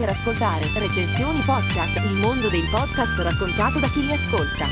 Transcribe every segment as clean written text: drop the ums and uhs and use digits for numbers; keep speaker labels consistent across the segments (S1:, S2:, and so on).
S1: per ascoltare. Recensioni podcast, il mondo dei podcast raccontato da chi li ascolta.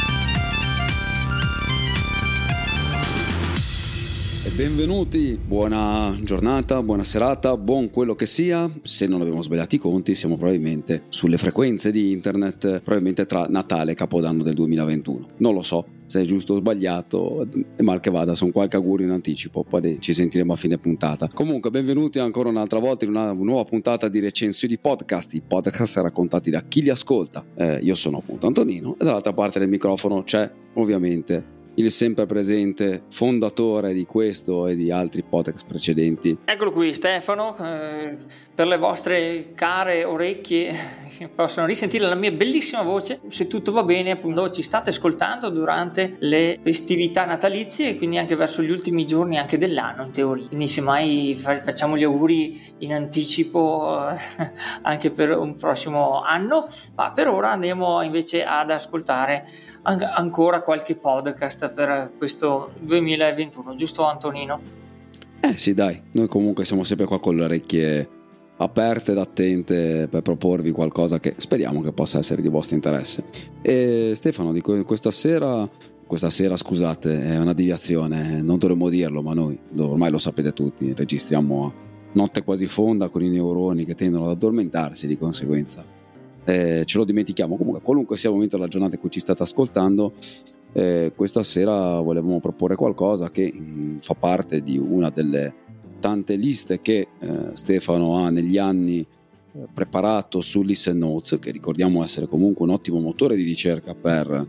S2: E benvenuti, buona giornata, buona serata, buon quello che sia. Se non abbiamo sbagliato i conti, siamo probabilmente sulle frequenze di internet, probabilmente tra Natale e Capodanno del 2021. Non lo so se è giusto o sbagliato, e mal che vada, sono qualche augurio in anticipo, poi ci sentiremo a fine puntata. Comunque, benvenuti ancora un'altra volta in una nuova puntata di recensioni di podcast, i podcast raccontati da chi li ascolta. Io sono appunto Antonino e dall'altra parte del microfono c'è ovviamente il sempre presente fondatore di questo e di altri podcast precedenti.
S3: Eccolo qui Stefano, per le vostre care orecchie possono risentire la mia bellissima voce. Se tutto va bene, appunto, ci state ascoltando durante le festività natalizie e quindi anche verso gli ultimi giorni anche dell'anno in teoria. Quindi semmai facciamo gli auguri in anticipo anche per un prossimo anno, ma per ora andiamo invece ad ascoltare ancora qualche podcast per questo 2021, giusto Antonino?
S2: Sì, dai, noi comunque siamo sempre qua con le orecchie aperte ed attente per proporvi qualcosa che speriamo che possa essere di vostro interesse. E Stefano, di questa sera, scusate, è una deviazione, non dovremmo dirlo, ma noi ormai lo sapete tutti, registriamo a notte quasi fonda con i neuroni che tendono ad addormentarsi, di conseguenza ce lo dimentichiamo. Comunque, qualunque sia il momento della giornata in cui ci state ascoltando, questa sera volevamo proporre qualcosa che fa parte di una delle tante liste che Stefano ha negli anni preparato su Listen Notes, che ricordiamo essere comunque un ottimo motore di ricerca per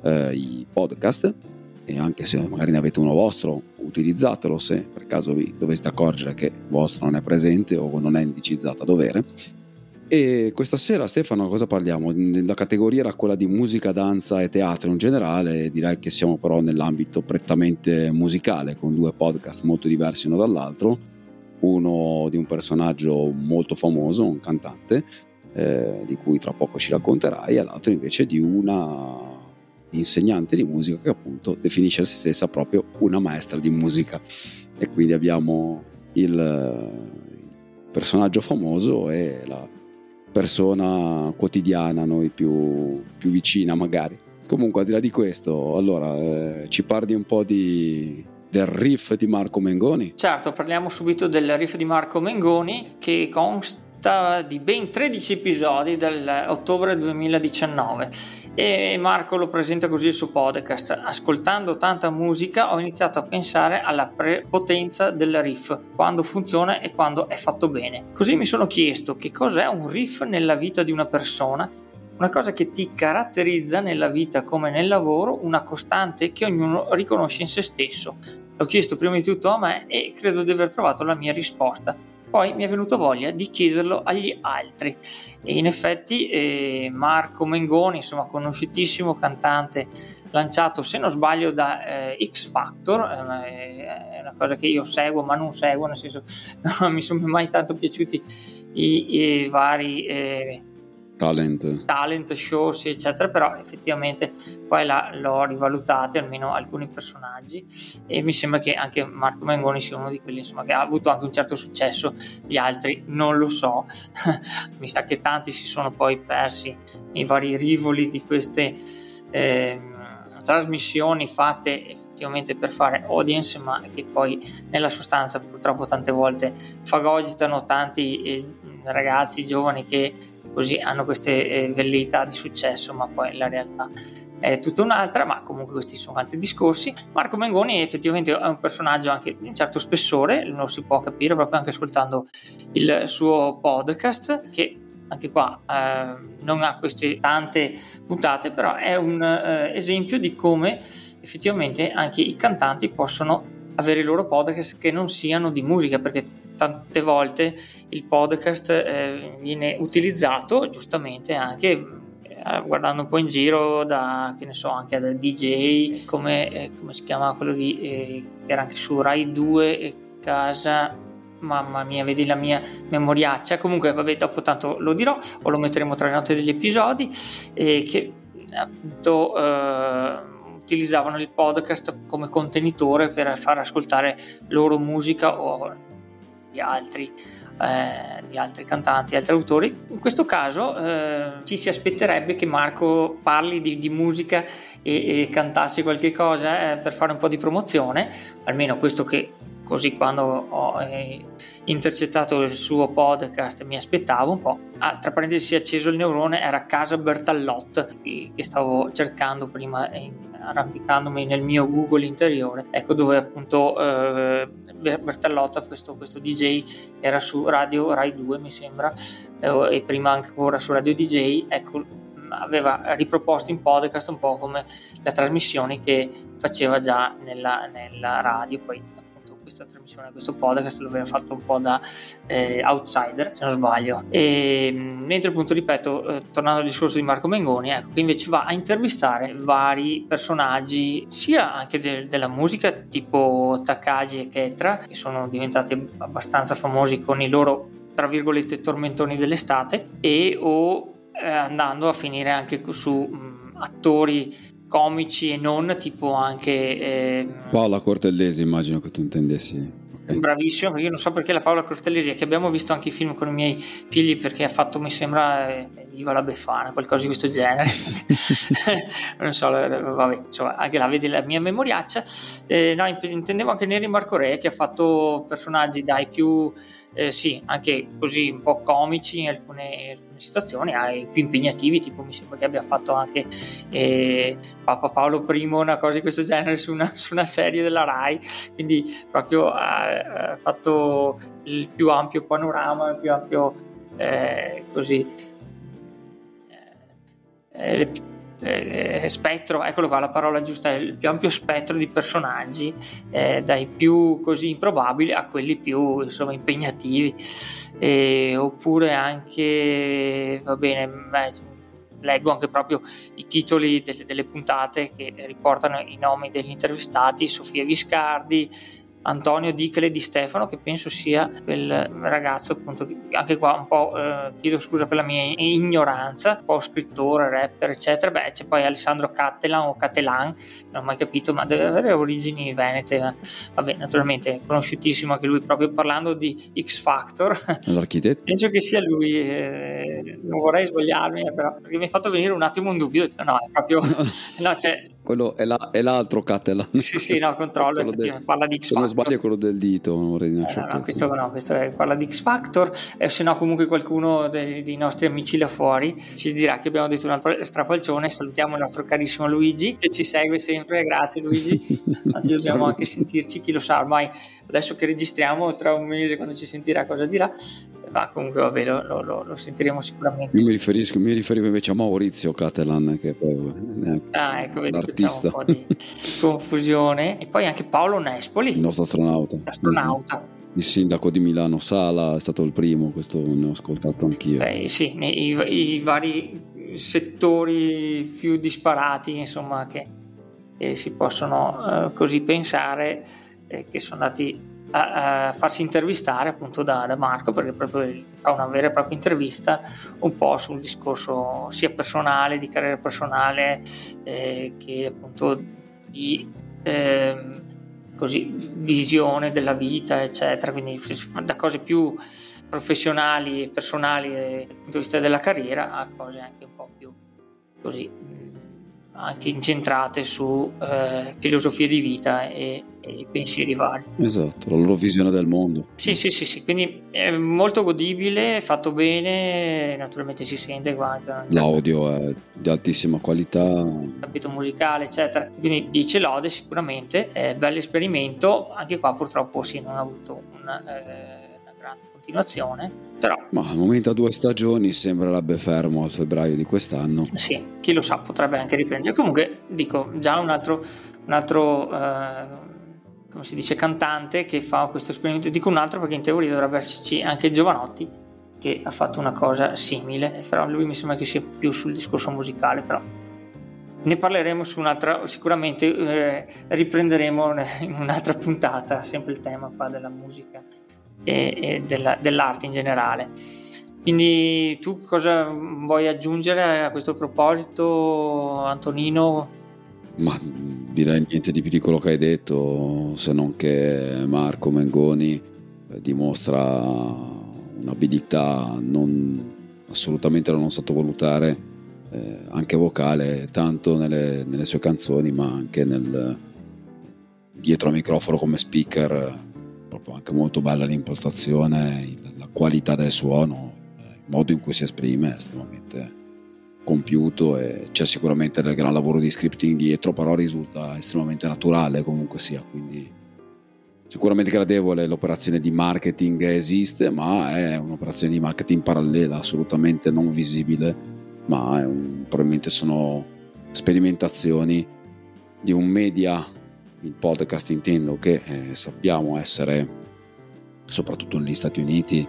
S2: i podcast, e anche se magari ne avete uno vostro, utilizzatelo se per caso vi doveste accorgere che il vostro non è presente o non è indicizzato a dovere. E questa sera, Stefano, cosa parliamo? La categoria era quella di musica, danza e teatro in generale. Direi che siamo però nell'ambito prettamente musicale, con due podcast molto diversi uno dall'altro, uno di un personaggio molto famoso, un cantante, di cui tra poco ci racconterai, e l'altro invece di una insegnante di musica che appunto definisce se stessa proprio una maestra di musica. E quindi abbiamo il personaggio famoso e la persona quotidiana a noi più vicina magari. Comunque, al di là di questo, allora ci parli un po' del riff di Marco Mengoni?
S3: Certo, parliamo subito del riff di Marco Mengoni, che consta di ben 13 episodi dall'ottobre 2019, e Marco lo presenta così il suo podcast: ascoltando tanta musica ho iniziato a pensare alla prepotenza del riff, quando funziona e quando è fatto bene. Così mi sono chiesto che cos'è un riff nella vita di una persona, una cosa che ti caratterizza nella vita come nel lavoro, una costante che ognuno riconosce in se stesso. L'ho chiesto prima di tutto a me e credo di aver trovato la mia risposta. Poi mi è venuta voglia di chiederlo agli altri, e in effetti Marco Mengoni, insomma, conosciutissimo cantante, lanciato se non sbaglio da X Factor, è una cosa che io seguo ma non seguo, nel senso non mi sono mai tanto piaciuti i vari talent show, sì, eccetera, però effettivamente poi l'ho rivalutate, almeno alcuni personaggi, e mi sembra che anche Marco Mengoni sia uno di quelli, insomma, che ha avuto anche un certo successo. Gli altri non lo so mi sa che tanti si sono poi persi nei vari rivoli di queste trasmissioni fatte effettivamente per fare audience, ma che poi nella sostanza purtroppo tante volte fagocitano tanti ragazzi giovani che così hanno queste velleità di successo, ma poi la realtà è tutta un'altra. Ma comunque questi sono altri discorsi. Marco Mengoni effettivamente è un personaggio anche di un certo spessore, lo si può capire proprio anche ascoltando il suo podcast, che anche qua non ha queste tante puntate, però è un esempio di come effettivamente anche i cantanti possono avere i loro podcast che non siano di musica, perché tante volte il podcast viene utilizzato giustamente anche guardando un po' in giro da, che ne so, anche da DJ come si chiama quello che era anche su Rai 2 Casa, mamma mia, vedi la mia memoriaccia. Comunque vabbè, dopo tanto lo dirò o lo metteremo tra le note degli episodi, che appunto utilizzavano il podcast come contenitore per far ascoltare loro musica o di altri cantanti, altri autori. In questo caso ci si aspetterebbe che Marco parli di musica e cantasse qualche cosa per fare un po' di promozione, almeno questo che così quando ho intercettato il suo podcast mi aspettavo un po'. Tra parentesi, si è acceso il neurone, era Casa Bertallot che stavo cercando prima, arrampicandomi nel mio Google interiore, ecco, dove appunto Bertallot, questo DJ, era su Radio Rai 2 mi sembra, e prima ancora su Radio DJ, ecco, aveva riproposto in podcast un po' come le trasmissioni che faceva già nella radio. Poi appunto questa trasmissione, questo podcast lo aveva fatto un po' da outsider, se non sbaglio. E mentre appunto, ripeto, tornando al discorso di Marco Mengoni, ecco, che invece va a intervistare vari personaggi, sia anche della musica, tipo Takagi e Ketra, che sono diventati abbastanza famosi con i loro, tra virgolette, tormentoni dell'estate, o andando a finire anche su attori comici e non, tipo anche
S2: Paola Cortellesi, immagino che tu intendessi. Okay.
S3: Bravissimo, io non so perché la Paola Cortellesi, che abbiamo visto anche i film con i miei figli, perché ha fatto, mi sembra, Viva la Befana, qualcosa di questo genere. Non so, vabbè, insomma, anche là vedi la mia memoriaccia. No, intendevo anche Neri Marco Re, che ha fatto personaggi dai più sì, anche così un po' comici in alcune situazioni, ai più impegnativi, tipo mi sembra che abbia fatto anche Papa Paolo I, una cosa di questo genere, su una serie della Rai, quindi proprio ha fatto il più ampio panorama, il più ampio così spettro, eccolo qua, la parola giusta, è il più ampio spettro di personaggi, dai più così improbabili a quelli più, insomma, impegnativi, oppure anche, va bene, leggo anche proprio i titoli delle puntate che riportano i nomi degli intervistati: Sofia Viscardi, Antonio Dichele Di Stefano, che penso sia quel ragazzo, appunto, anche qua un po' chiedo scusa per la mia ignoranza, un po' scrittore, rapper, eccetera. Beh, c'è poi Alessandro Cattelan o Cattelan, non ho mai capito, ma deve avere origini venete. Vabbè, naturalmente conosciutissimo anche lui, proprio parlando di X Factor.
S2: L'architetto?
S3: Penso che sia lui, non vorrei sbagliarmi, però, perché mi ha fatto venire un attimo un dubbio. No, è proprio no, cioè,
S2: quello è l'altro Cattelan.
S3: Sì, no, controllo, effettivamente parla di X Factor.
S2: Se non sbaglio è quello del dito, non vorrei dire
S3: questo parla di X Factor, se no comunque qualcuno dei nostri amici là fuori ci dirà che abbiamo detto un altro strafalcione. Salutiamo il nostro carissimo Luigi, che ci segue sempre, grazie Luigi. Anzi, dobbiamo anche sentirci, chi lo sa, ormai adesso che registriamo, tra un mese, quando ci sentirà, cosa dirà. Ma comunque vabbè, lo sentiremo sicuramente.
S2: Io mi riferivo invece a Maurizio Cattelan, che poi
S3: ecco, vedi, facciamo un po' di confusione. E poi anche Paolo Nespoli,
S2: il nostro astronauta. Il sindaco di Milano Sala è stato il primo, questo ne ho ascoltato anch'io.
S3: Sì, i vari settori più disparati, insomma, che si possono così pensare, che sono andati a farsi intervistare appunto da Marco, perché proprio fa una vera e propria intervista un po' sul discorso sia personale, di carriera personale, che appunto di così visione della vita, eccetera. Quindi da cose più professionali e personali dal punto di vista della carriera a cose anche un po' più così anche incentrate su filosofie di vita e pensieri vari.
S2: Esatto, la loro visione del mondo.
S3: Sì, quindi è molto godibile, fatto bene, naturalmente si sente qua anche
S2: l'audio è di altissima qualità,
S3: capito, musicale, eccetera, quindi dice lode sicuramente, è bello esperimento. Anche qua purtroppo sì, non ha avuto una grande continuazione, però
S2: ma al momento a 2 stagioni sembrerebbe fermo al febbraio di quest'anno.
S3: Sì, chi lo sa, potrebbe anche riprendere. Comunque dico, già un altro come si dice, cantante che fa questo esperimento. Dico un altro perché in teoria dovrebbe esserci anche Giovanotti, che ha fatto una cosa simile, però lui mi sembra che sia più sul discorso musicale, però ne parleremo su un'altra, sicuramente riprenderemo in un'altra puntata sempre il tema qua della musica e dell'arte in generale. Quindi tu cosa vuoi aggiungere a questo proposito, Antonino?
S2: Ma direi niente di più di quello che hai detto, se non che Marco Mengoni dimostra un'abilità assolutamente da non sottovalutare, anche vocale, tanto nelle sue canzoni ma anche dietro al microfono come speaker. Proprio anche molto bella l'impostazione, la qualità del suono, il modo in cui si esprime è estremamente compiuto, e c'è sicuramente del gran lavoro di scripting dietro, però risulta estremamente naturale comunque sia, quindi sicuramente gradevole. L'operazione di marketing esiste, ma è un'operazione di marketing parallela, assolutamente non visibile, ma probabilmente sono sperimentazioni di un media, il podcast intendo, che sappiamo essere, soprattutto negli Stati Uniti,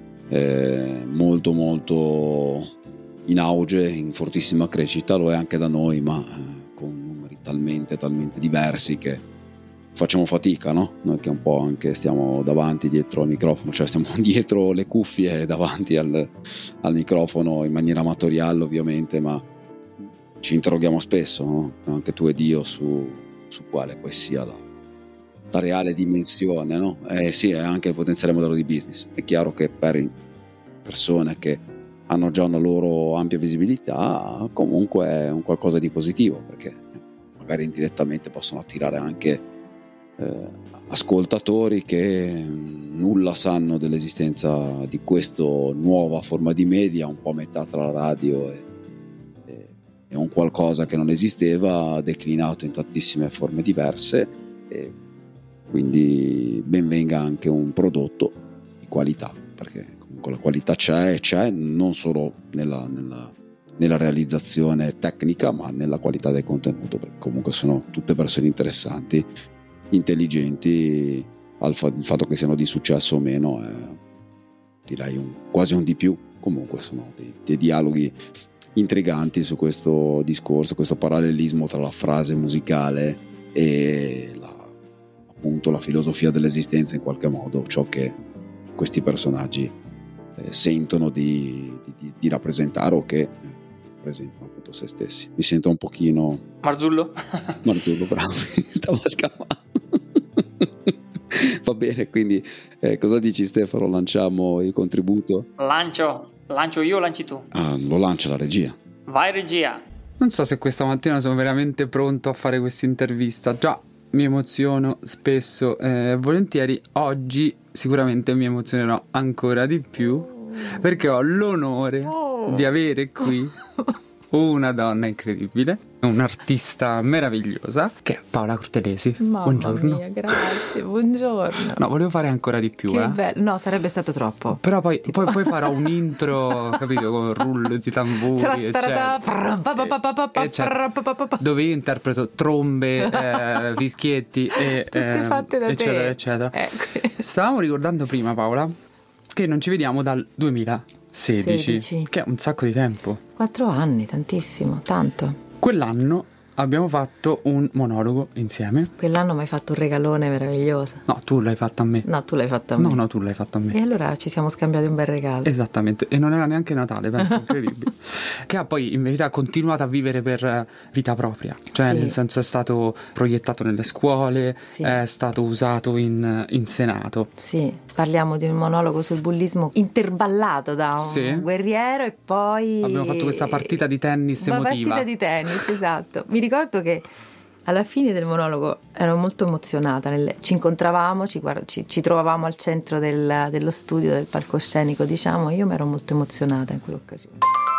S2: molto molto in auge, in fortissima crescita. Lo è anche da noi, ma con numeri talmente diversi che facciamo fatica, no? Noi che un po' anche stiamo davanti, dietro al microfono, cioè stiamo dietro le cuffie davanti al microfono in maniera amatoriale ovviamente, ma ci interroghiamo spesso, no? Anche tu ed io su quale poi sia la reale dimensione, no? Sì, è anche il potenziale modello di business. È chiaro che per persone che hanno già una loro ampia visibilità comunque è un qualcosa di positivo, perché magari indirettamente possono attirare anche ascoltatori che nulla sanno dell'esistenza di questa nuova forma di media, un po' a metà tra la radio e un qualcosa che non esisteva, declinato in tantissime forme diverse, e quindi ben venga anche un prodotto di qualità, perché comunque la qualità c'è non solo nella realizzazione tecnica, ma nella qualità del contenuto, perché comunque sono tutte persone interessanti, intelligenti. Il fatto che siano di successo o meno è, direi, quasi un di più. Comunque sono dei dialoghi intriganti su questo discorso, questo parallelismo tra la frase musicale e appunto la filosofia dell'esistenza, in qualche modo, ciò che questi personaggi sentono di rappresentare, o che rappresentano appunto se stessi. Mi sento un pochino
S3: Marzullo,
S2: bravo, stavo scappando. Va bene, quindi cosa dici, Stefano? Lanciamo il contributo?
S3: Lancio io o lanci tu?
S2: Lo lancia la regia.
S3: Vai regia.
S4: Non so se questa mattina sono veramente pronto a fare questa intervista. Già mi emoziono spesso, volentieri. Oggi sicuramente mi emozionerò ancora di più, perché ho l'onore di avere qui una donna incredibile, un'artista meravigliosa, che è Paola Cortelesi.
S5: Mamma
S4: buongiorno.
S5: Mia, grazie, buongiorno.
S4: No, volevo fare ancora di più,
S5: Che bello. No, sarebbe stato troppo.
S4: Però poi farò un intro, capito, con rullo di tamburi, eccetera, dove io interpreto trombe, fischietti e
S5: tutte fatte da
S4: eccetera,
S5: te.
S4: eccetera. Stavamo ricordando prima, Paola, che non ci vediamo dal 2016,
S5: 16.
S4: che è un sacco di tempo.
S5: 4 anni, tantissimo, tanto.
S4: Quell'anno abbiamo fatto un monologo insieme.
S5: Quell'anno mi hai fatto un regalone meraviglioso.
S4: No, tu l'hai fatto a me.
S5: No, tu l'hai fatto a me.
S4: No, tu l'hai fatto a me.
S5: E allora ci siamo scambiati un bel regalo.
S4: Esattamente, e non era neanche Natale, penso, incredibile. Che ha poi in verità continuato a vivere per vita propria, cioè
S5: Sì.
S4: nel senso è stato proiettato nelle scuole,
S5: Sì.
S4: è stato usato in Senato.
S5: Sì, parliamo di un monologo sul bullismo intervallato da un
S4: Sì.
S5: guerriero, e poi
S4: Abbiamo fatto questa partita di tennis
S5: Una
S4: emotiva.
S5: partita di tennis, esatto. Mi ricordo che alla fine del monologo ero molto emozionata. Ci incontravamo, ci trovavamo al centro dello studio, del palcoscenico, diciamo. Io mi ero molto emozionata in quell'occasione.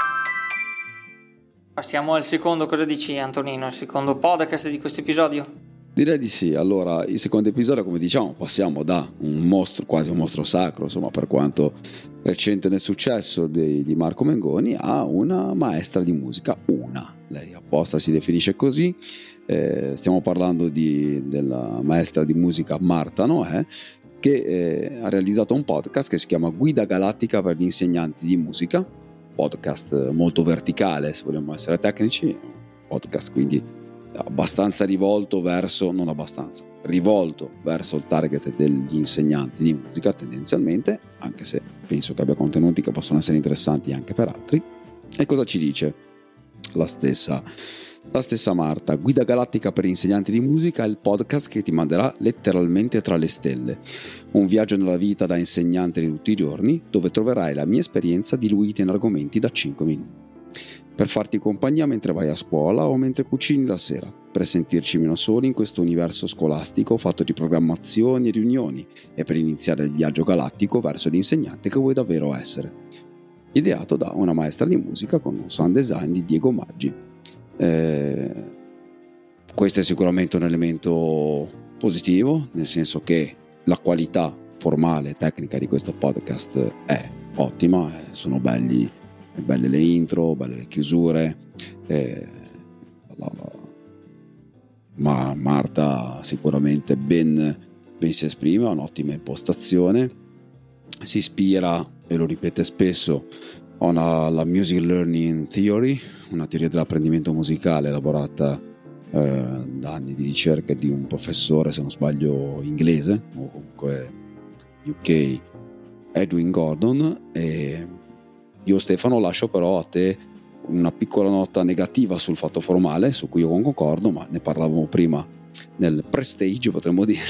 S3: Passiamo al secondo, cosa dici Antonino? Il secondo podcast di questo episodio?
S2: Direi di sì. Allora, il secondo episodio, come diciamo, passiamo da un mostro, quasi un mostro sacro, insomma, per quanto recente nel successo di Marco Mengoni, a una maestra di musica, lei apposta si definisce così. Stiamo parlando della maestra di musica Marta Noè, che ha realizzato un podcast che si chiama Guida Galattica per gli insegnanti di musica, podcast molto verticale, se vogliamo essere tecnici, podcast quindi abbastanza rivolto verso il target degli insegnanti di musica tendenzialmente, anche se penso che abbia contenuti che possono essere interessanti anche per altri. E cosa ci dice la stessa La stessa Marta, Guida Galattica per insegnanti di musica, è il podcast che ti manderà letteralmente tra le stelle. Un viaggio nella vita da insegnante di tutti i giorni, dove troverai la mia esperienza diluita in argomenti da 5 minuti. Per farti compagnia mentre vai a scuola o mentre cucini la sera, per sentirci meno soli in questo universo scolastico fatto di programmazioni e riunioni, e per iniziare il viaggio galattico verso l'insegnante che vuoi davvero essere. Ideato da una maestra di musica con un sound design di Diego Maggi. Questo è sicuramente un elemento positivo, nel senso che la qualità formale e tecnica di questo podcast è ottima, sono belle le intro, belle le chiusure, ma Marta sicuramente ben si esprime, ha un'ottima impostazione, si ispira, e lo ripete spesso, alla Music Learning Theory, una teoria dell'apprendimento musicale elaborata da anni di ricerca di un professore, se non sbaglio inglese, o comunque UK, Edwin Gordon. E io, Stefano, lascio però a te una piccola nota negativa sul fatto formale, su cui io concordo, ma ne parlavamo prima nel pre-stage, potremmo dire,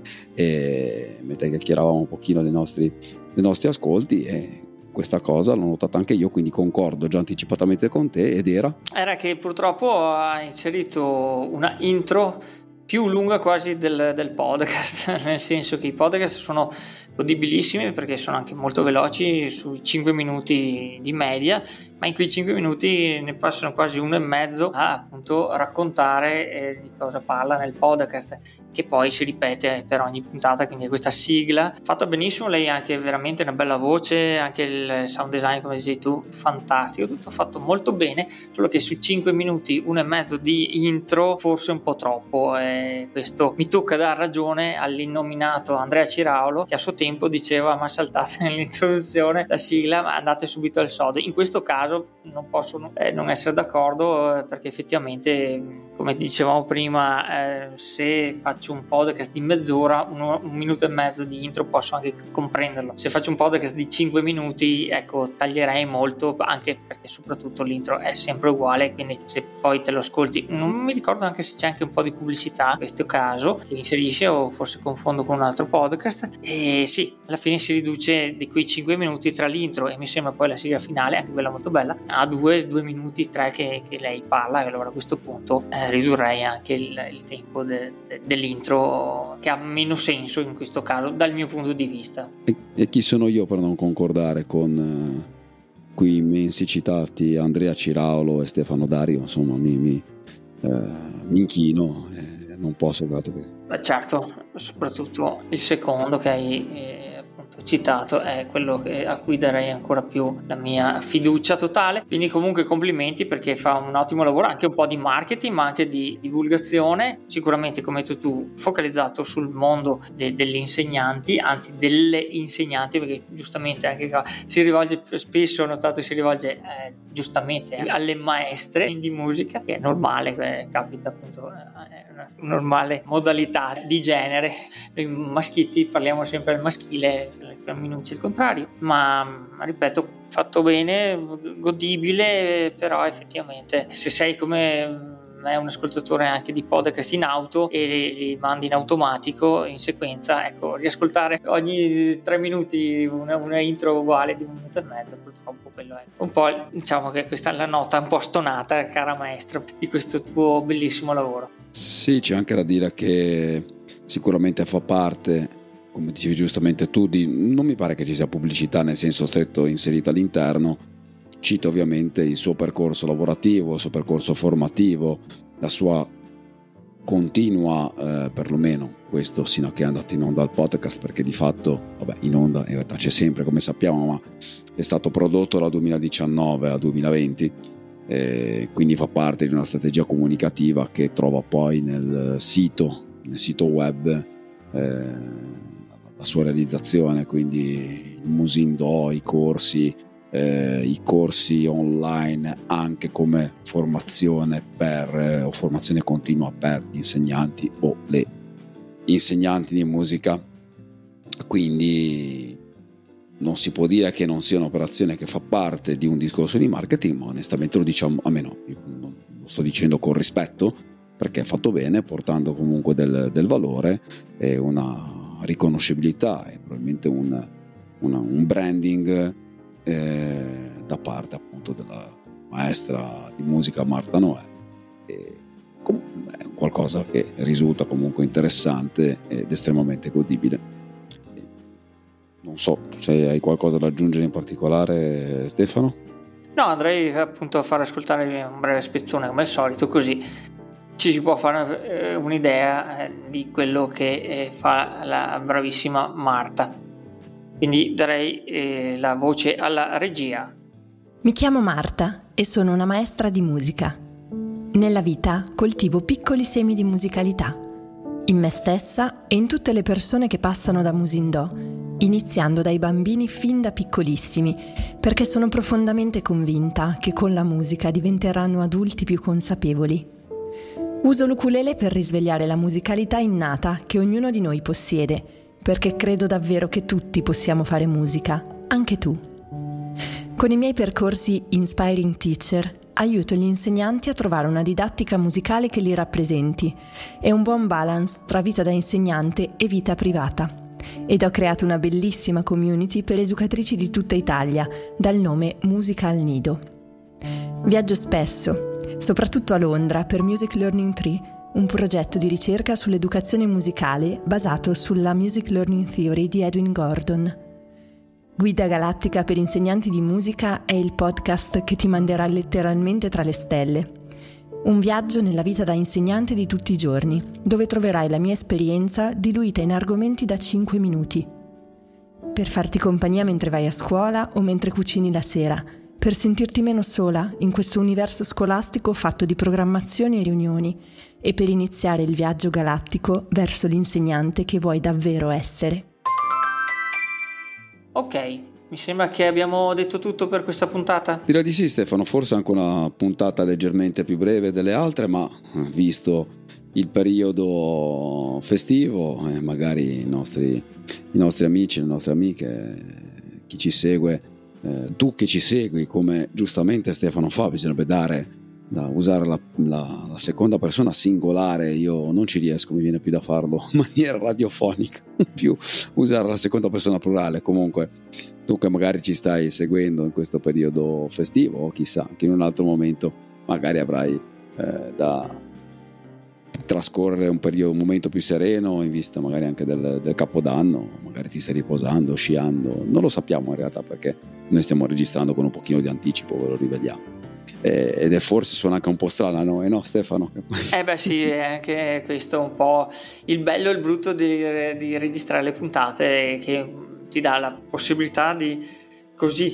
S2: e mentre chiacchieravamo un pochino dei nostri ascolti, e questa cosa l'ho notata anche io, quindi concordo già anticipatamente con te. Ed era
S3: che purtroppo ha inserito una intro più lunga quasi del podcast, nel senso che i podcast sono godibilissimi perché sono anche molto veloci, sui 5 minuti di media, ma in quei 5 minuti ne passano quasi 1,5 a appunto raccontare di cosa parla nel podcast, che poi si ripete per ogni puntata, quindi è questa sigla fatta benissimo. Lei ha anche veramente una bella voce, anche il sound design, come dicevi tu, fantastico, tutto fatto molto bene, solo che su 5 minuti 1,5 di intro forse un po' troppo. Questo mi tocca dar ragione all'innominato Andrea Ciraulo, che a suo tempo diceva: ma saltate nell'introduzione la sigla, ma andate subito al sodo. In questo caso non posso non essere d'accordo, perché effettivamente, come dicevamo prima, se faccio un podcast di mezz'ora, 1,5 minuti di intro posso anche comprenderlo. Se faccio un podcast di 5 minuti, ecco, taglierei molto, anche perché soprattutto l'intro è sempre uguale, quindi se poi te lo ascolti, non mi ricordo anche se c'è anche un po' di pubblicità in questo caso che inserisce, o forse confondo con un altro podcast. E sì, alla fine si riduce di quei 5 minuti tra l'intro e mi sembra poi la sigla finale, anche quella molto bella, a 2 minuti 3 che lei parla. E allora a questo punto ridurrei anche il tempo dell'intro, che ha meno senso in questo caso dal mio punto di vista.
S2: E chi sono io per non concordare con qui immensi citati Andrea Ciraulo e Stefano Dario? Insomma, mi inchino, non posso, dato che...
S3: Beh, certo, soprattutto il secondo che hai appunto citato è quello a cui darei ancora più la mia fiducia totale. Quindi comunque complimenti, perché fa un ottimo lavoro, anche un po' di marketing ma anche di divulgazione, sicuramente come tu focalizzato sul mondo degli insegnanti, anzi delle insegnanti, perché giustamente anche qua si rivolge spesso, ho notato, si rivolge giustamente alle maestre di musica, che è normale, capita appunto, è una normale modalità di genere. Noi maschietti parliamo sempre al maschile, le femminucce il contrario, ma ripeto, fatto bene, godibile. Però effettivamente se sei come me, un ascoltatore anche di podcast in auto e li mandi in automatico in sequenza, ecco, riascoltare ogni 3 minuti una intro uguale di 1,5 minuti, purtroppo quello è un po', diciamo che questa è la nota un po' stonata, cara maestro, di questo tuo bellissimo lavoro.
S2: Sì, c'è anche da dire che sicuramente fa parte, come dicevi giustamente tu, non mi pare che ci sia pubblicità nel senso stretto inserita all'interno. Cito ovviamente il suo percorso lavorativo, il suo percorso formativo, la sua continua, perlomeno questo sino a che è andato in onda il podcast, perché di fatto, in onda in realtà c'è sempre, come sappiamo, ma è stato prodotto dal 2019 al 2020, quindi fa parte di una strategia comunicativa che trova poi nel sito web la sua realizzazione, quindi il Musindo, i corsi online, anche come formazione o formazione continua per gli insegnanti o le insegnanti di musica. Quindi non si può dire che non sia un'operazione che fa parte di un discorso di marketing, ma onestamente lo diciamo, a me no, lo sto dicendo con rispetto, perché è fatto bene, portando comunque del valore e una riconoscibilità e probabilmente un branding da parte appunto della maestra di musica Marta Noè. È qualcosa che risulta comunque interessante ed estremamente godibile. Non so se hai qualcosa da aggiungere in particolare, Stefano.
S3: No, andrei appunto a far ascoltare un breve spezzone come al solito, così ci si può fare un'idea di quello che fa la bravissima Marta. Quindi darei la voce alla regia.
S6: Mi chiamo Marta e sono una maestra di musica. Nella vita coltivo piccoli semi di musicalità, in me stessa e in tutte le persone che passano da Musindò, iniziando dai bambini fin da piccolissimi, perché sono profondamente convinta che con la musica diventeranno adulti più consapevoli. Uso l'ukulele per risvegliare la musicalità innata che ognuno di noi possiede, perché credo davvero che tutti possiamo fare musica, anche tu. Con i miei percorsi Inspiring Teacher aiuto gli insegnanti a trovare una didattica musicale che li rappresenti e un buon balance tra vita da insegnante e vita privata. Ed ho creato una bellissima community per educatrici di tutta Italia, dal nome Musica al Nido. Viaggio spesso, soprattutto a Londra, per Music Learning Tree, un progetto di ricerca sull'educazione musicale basato sulla Music Learning Theory di Edwin Gordon. Guida Galattica per insegnanti di musica è il podcast che ti manderà letteralmente tra le stelle. Un viaggio nella vita da insegnante di tutti i giorni, dove troverai la mia esperienza diluita in argomenti da 5 minuti. Per farti compagnia mentre vai a scuola o mentre cucini la sera, per sentirti meno sola in questo universo scolastico fatto di programmazioni e riunioni, e per iniziare il viaggio galattico verso l'insegnante che vuoi davvero essere.
S3: Ok, mi sembra che abbiamo detto tutto per questa puntata.
S2: Direi di sì, Stefano, forse anche una puntata leggermente più breve delle altre, ma visto il periodo festivo, magari i nostri amici, le nostre amiche, chi ci segue, tu che ci segui, come giustamente Stefano fa, bisognerebbe usare la seconda persona singolare. Io non ci riesco, mi viene più da farlo in maniera radiofonica, più usare la seconda persona plurale. Comunque tu che magari ci stai seguendo in questo periodo festivo, o chissà che in un altro momento magari avrai da trascorrere un momento più sereno in vista magari anche del Capodanno, magari ti stai riposando, sciando, non lo sappiamo in realtà, perché noi stiamo registrando con un pochino di anticipo, ve lo riveliamo. Ed è forse suona anche un po' strana, no Stefano?
S3: Beh sì, è anche questo un po' il bello e il brutto di registrare le puntate, che ti dà la possibilità di così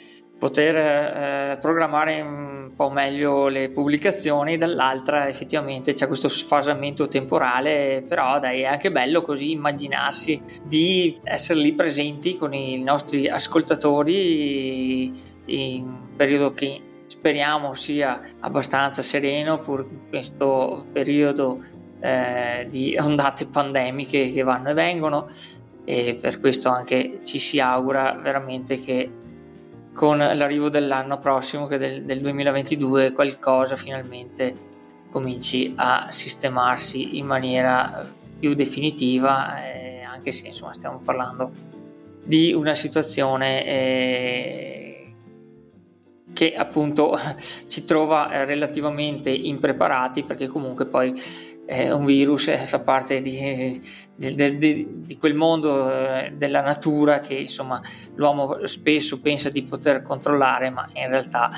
S3: poter programmare un po' meglio le pubblicazioni. Dall'altra effettivamente c'è questo sfasamento temporale, però dai, è anche bello così immaginarsi di essere lì presenti con i nostri ascoltatori in un periodo che speriamo sia abbastanza sereno, pur questo periodo di ondate pandemiche che vanno e vengono, e per questo anche ci si augura veramente che con l'arrivo dell'anno prossimo, che del 2022, qualcosa finalmente cominci a sistemarsi in maniera più definitiva, anche se insomma stiamo parlando di una situazione che appunto ci trova relativamente impreparati, perché comunque poi un virus fa parte di quel mondo della natura che insomma l'uomo spesso pensa di poter controllare, ma in realtà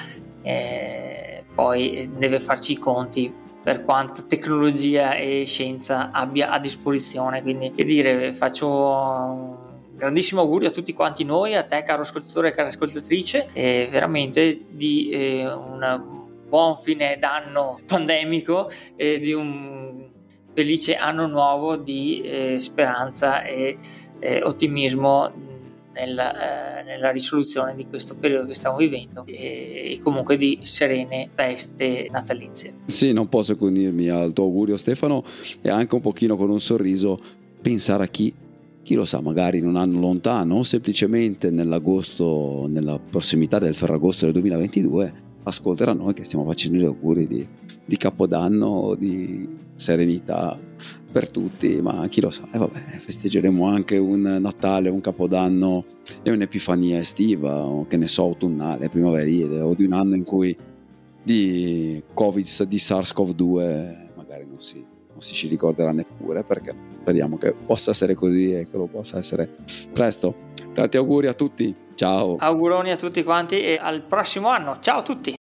S3: poi deve farci i conti per quanta tecnologia e scienza abbia a disposizione. Quindi che dire, faccio un grandissimo augurio a tutti quanti noi, a te caro ascoltatore e cara ascoltatrice, veramente di un buon fine d'anno pandemico e di un felice anno nuovo di speranza e ottimismo nella risoluzione di questo periodo che stiamo vivendo, e comunque di serene feste natalizie.
S2: Sì, non posso che unirmi al tuo augurio, Stefano, e anche un pochino con un sorriso pensare a chi lo sa, magari in un anno lontano o semplicemente nell'agosto, nella prossimità del Ferragosto del 2022, ascolterà noi che stiamo facendo gli auguri di Capodanno, di serenità per tutti, ma chi lo sa, festeggeremo anche un Natale, un Capodanno e un'Epifania estiva, o che ne so, autunnale, primaverile, o di un anno in cui di Covid, di SARS-CoV-2 magari non si ci ricorderà neppure, perché speriamo che possa essere così e che lo possa essere presto. Tanti auguri a tutti, ciao.
S3: Auguroni a tutti quanti e al prossimo anno, ciao a tutti.